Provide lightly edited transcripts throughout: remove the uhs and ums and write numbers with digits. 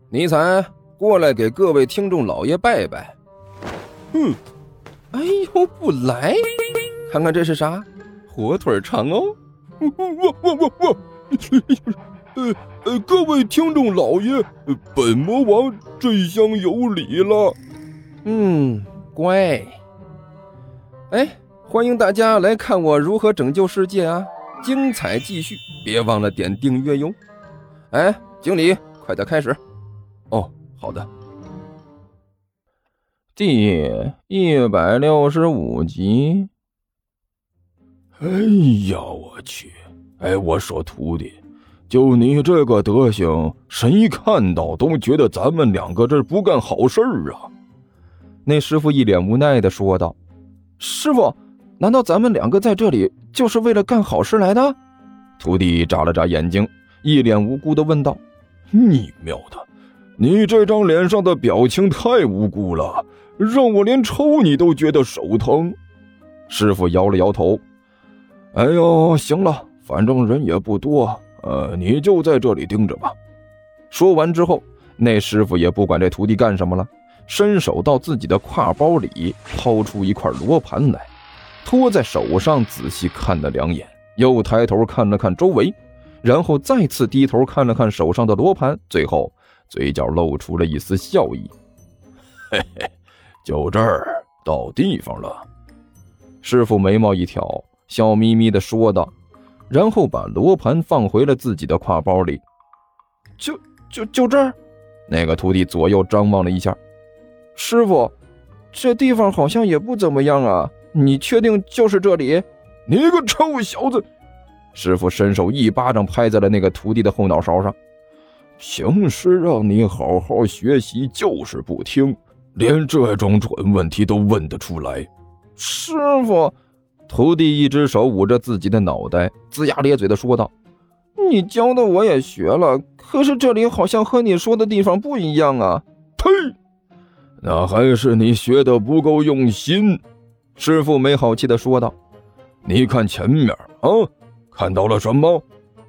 尼采过来给各位听众老爷拜拜。哎呦，不来，看看这是啥？火腿肠哦。 各位听众老爷，本魔王这厢有礼了。 乖。哎，欢迎大家来看我如何拯救世界啊！精彩继续，别忘了点订阅哟。哎，经理，快点开始。哦，好的。第165集。 哎呀，我去！我说徒弟，就你这个德行，谁看到都觉得咱们两个这不干好事啊！ 那师傅一脸无奈地说道：“师傅，难道咱们两个在这里就是为了干好事来的？”徒弟眨了眨眼睛，一脸无辜地问道：“ 你喵的，你这张脸上的表情太无辜了，让我连抽你都觉得手疼。” 师傅摇了摇头：“ 哎呦，行了，反正人也不多，你就在这里盯着吧。” 说完之后，那师傅也不管这徒弟干什么了，伸手到自己的挎包里掏出一块罗盘来，托在手上仔细看了2眼，又抬头看了看周围，然后再次低头看了看手上的罗盘，最后嘴角露出了一丝笑意：“ 嘿嘿，就这儿，到地方了。” 师傅眉毛一挑，笑眯眯地说道，然后把罗盘放回了自己的挎包里。就这儿？那个徒弟左右张望了一下。师傅，这地方好像也不怎么样啊，你确定就是这里？ 你个臭小子！ 师傅伸手一巴掌拍在了那个徒弟的后脑勺上。 平时让你好好学习就是不听，连这种蠢问题都问得出来。 师傅，徒弟一只手捂着自己的脑袋，龇牙咧嘴地说道：“你教的我也学了，可是这里好像和你说的地方不一样啊。” 呸！那还是你学的不够用心。 师傅没好气地说道：“ 你看前面啊，看到了什么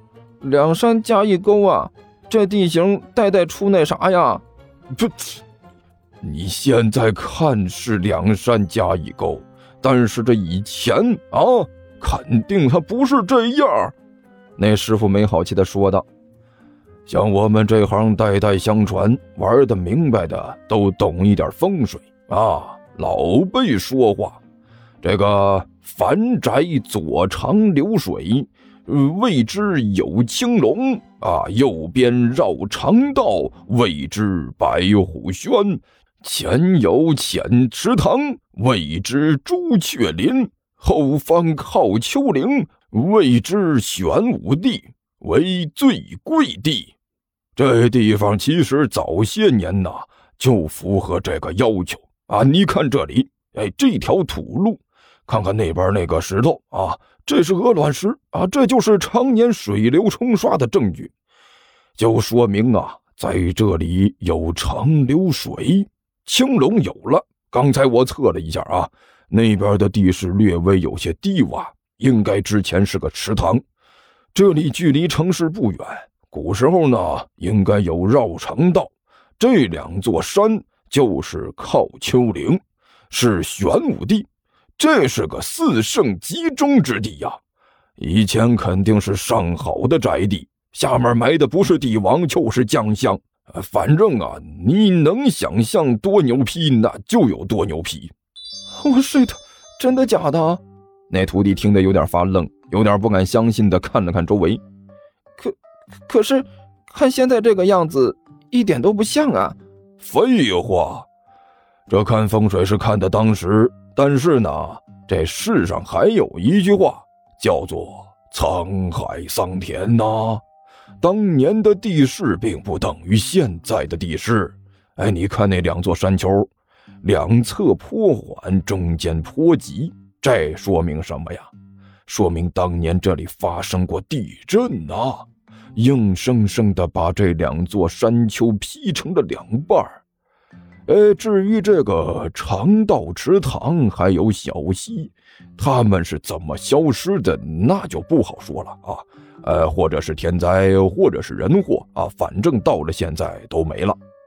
？2山加一沟啊，这地形代出那啥呀？” 你现在看是2山加一沟，但是这以前啊，肯定它不是这样。 那师傅没好气地说道：“ 像我们这行代代相传，玩得明白的都懂一点风水啊。老辈说话，这个凡宅左长流水，谓之有青龙啊；右边绕长道，谓之白虎轩；前有浅池塘，谓之朱雀林；后方靠丘陵，谓之玄武地，为最贵地。这地方其实早些年就符合这个要求啊！你看这里，这条土路，看看那边那个石头啊，这是鹅卵石啊，这就是常年水流冲刷的证据，就说明在这里有长流水。青龙有了，刚才我测了一下啊，那边的地势略微有些低洼，应该之前是个池塘。这里距离城市不远，古时候应该有绕城道。这2座山就是靠丘陵，是玄武地，这是个4圣集中之地呀。以前肯定是上好的宅地，下面埋的不是帝王就是将相。反正你能想象多牛批，那就有多牛批。 是的，真的假的？那徒弟听得有点发愣，有点不敢相信地看了看周围。可是看现在这个样子，一点都不像啊。 废话，这看风水是看的当时，但是这世上还有一句话叫做沧海桑田当年的地势并不等于现在的地势。你看那2座山丘，两侧坡缓，中间坡急，这说明什么呀？说明当年这里发生过地震硬生生的把这2座山丘劈成了2半。至于这个长道池塘还有小溪，它们是怎么消失的，那就不好说了或者是天灾，或者是人祸反正到了现在都没了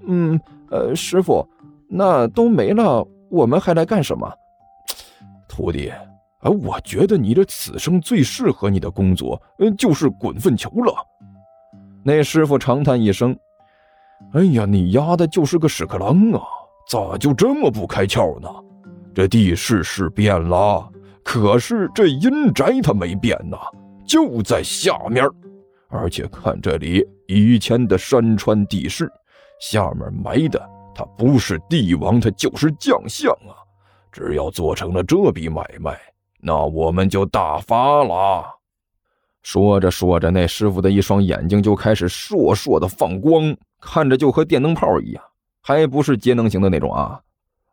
师傅，那都没了，我们还来干什么？ 徒弟，我觉得你这此生最适合你的工作，就是滚粪球了。 那师傅长叹一声：“ 哎呀，你丫的就是个屎壳郎啊！咋就这么不开窍呢？这地势是变了，可是这阴宅它没变呐，就在下面。而且看这里以前的山川地势，下面埋的它不是帝王，它就是将相啊！只要做成了这笔买卖，那我们就大发了。” 说着说着，那师傅的一双眼睛就开始烁烁的放光，看着就和电灯泡一样，还不是节能型的那种啊。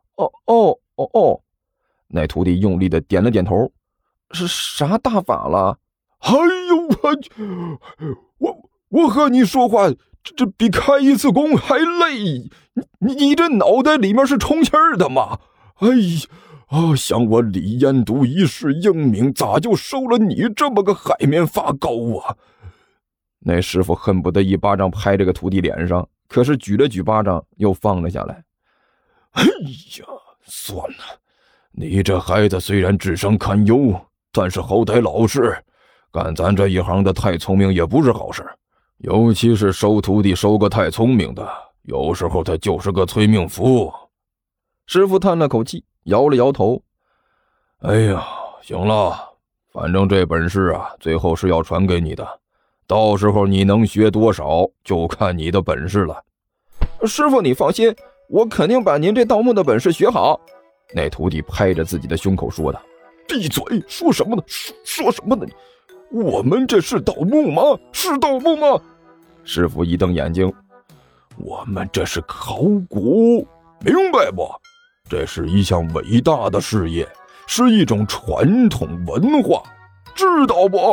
那徒弟用力的点了点头。是啥大法了？ 哎呦，我和你说话，这比开一次工还累。你这脑袋里面是充气儿的吗？哎呀，想我李彦独一世英名，咋就收了你这么个海绵发糕啊？ 那师傅恨不得一巴掌拍这个徒弟脸上，可是举了举巴掌又放了下来。 哎呀，算了，你这孩子虽然智商堪忧，但是好歹老实，干咱这一行的太聪明也不是好事，尤其是收徒弟收个太聪明的，有时候他就是个催命符。 师傅叹了口气，摇了摇头。 哎呀，行了，反正这本事啊，最后是要传给你的，到时候你能学多少，就看你的本事了。 师傅你放心，我肯定把您这盗墓的本事学好。那徒弟拍着自己的胸口说的。 闭嘴，说什么呢？说什么呢？我们这是盗墓吗？是盗墓吗？ 师傅一瞪眼睛。 我们这是考古，明白不？这是一项伟大的事业，是一种传统文化，知道不？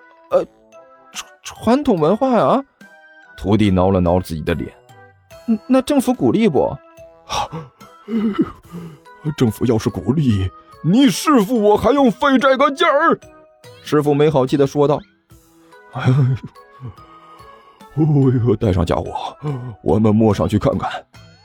传统文化呀？徒弟挠了挠自己的脸。那政府鼓励不？ 政府要是鼓励，你师傅我还用费这个劲儿？ 师傅没好气地说道。 哎呦，带上家伙，我们摸上去看看。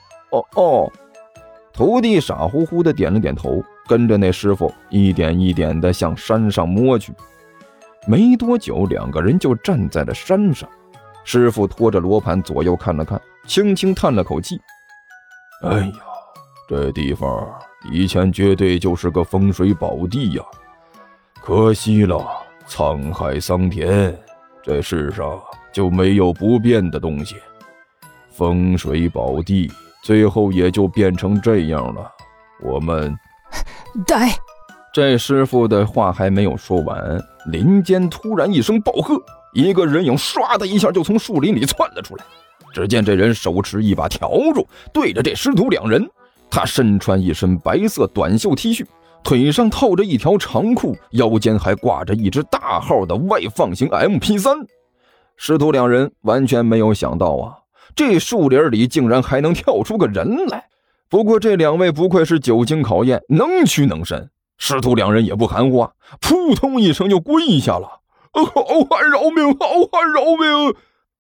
徒弟傻乎乎地点了点头，跟着那师傅一点一点地向山上摸去。没多久，两个人就站在了山上。师傅拖着罗盘左右看了看，轻轻叹了口气。 哎呀，这地方以前绝对就是个风水宝地呀，可惜了，沧海桑田，这世上就没有不变的东西。风水宝地最后也就变成这样了。我们呆。 这师傅的话还没有说完，林间突然一声暴喝，一个人影唰的一下就从树林里窜了出来。只见这人手持一把笤帚，对着这师徒两人。他身穿一身白色短袖 T 恤，腿上套着一条长裤，腰间还挂着一只大号的外放型 MP3。师徒两人完全没有想到啊，这树林里竟然还能跳出个人来。不过这两位不愧是久经考验，能屈能伸。师徒两人也不含糊啊，扑通一声就跪下了。好汉饶命，好汉饶命！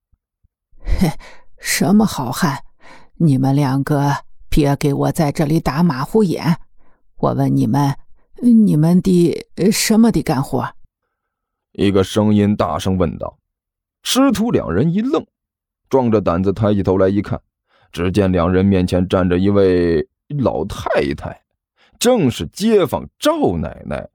什么好汉？你们两个别给我在这里打马虎眼。我问你们，你们的什么的干活？ 一个声音大声问道。师徒两人一愣，壮着胆子抬起头来一看，只见两人面前站着一位老太太，正是街坊赵奶奶。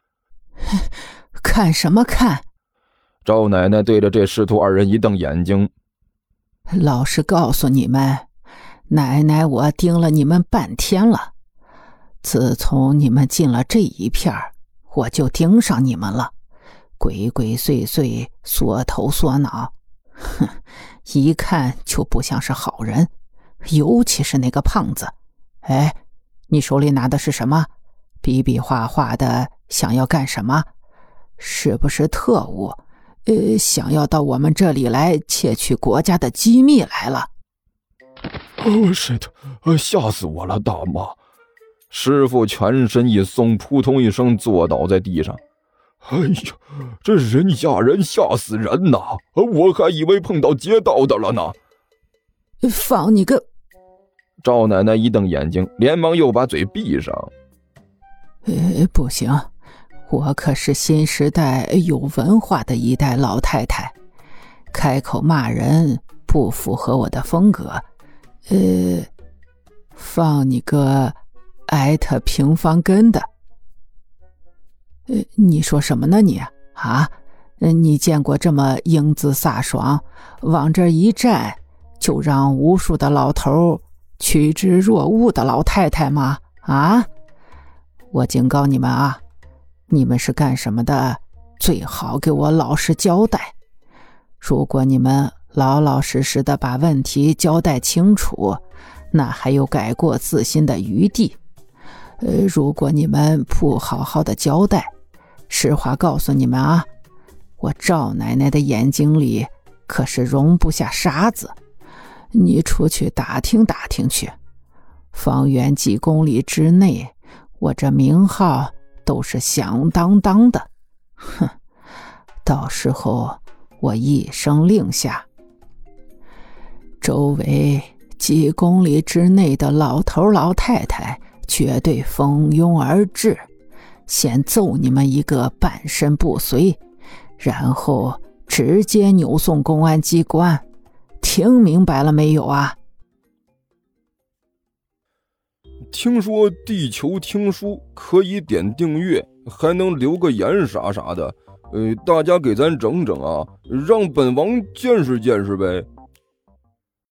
看什么看？ 赵奶奶对着这师徒二人一瞪眼睛。 老实告诉你们，奶奶我盯了你们半天了。自从你们进了这一片，我就盯上你们了。鬼鬼祟祟，缩头缩脑，哼，一看就不像是好人。尤其是那个胖子。哎，你手里拿的是什么？比比划划的，想要干什么？是不是特务？想要到我们这里来窃取国家的机密来了？ 是的，吓死我了，大妈！ 师傅全身一松，扑通一声坐倒在地上。 哎呀，这人吓人，吓死人呐！我还以为碰到劫道的了呢。 放你个赵奶奶一瞪眼睛，连忙又把嘴闭上。 不行，我可是新时代有文化的一代老太太，开口骂人不符合我的风格。放你个艾特平方根的。你说什么呢你啊？你见过这么英姿飒爽，往这一站就让无数的老头趋之若鹜的老太太吗？啊！我警告你们啊，你们是干什么的，最好给我老实交代。如果你们老老实实的把问题交代清楚，那还有改过自新的余地。如果你们不好好的交代，实话告诉你们啊，我赵奶奶的眼睛里可是容不下沙子。你出去打听打听去，方圆几公里之内，我这名号都是响当当的。哼，到时候我一声令下，周围几公里之内的老头老太太绝对蜂拥而至，先揍你们一个半身不遂，然后直接扭送公安机关。听明白了没有啊？ 听说地球听书可以点订阅，还能留个言啥啥的，大家给咱整整啊，让本王见识见识呗。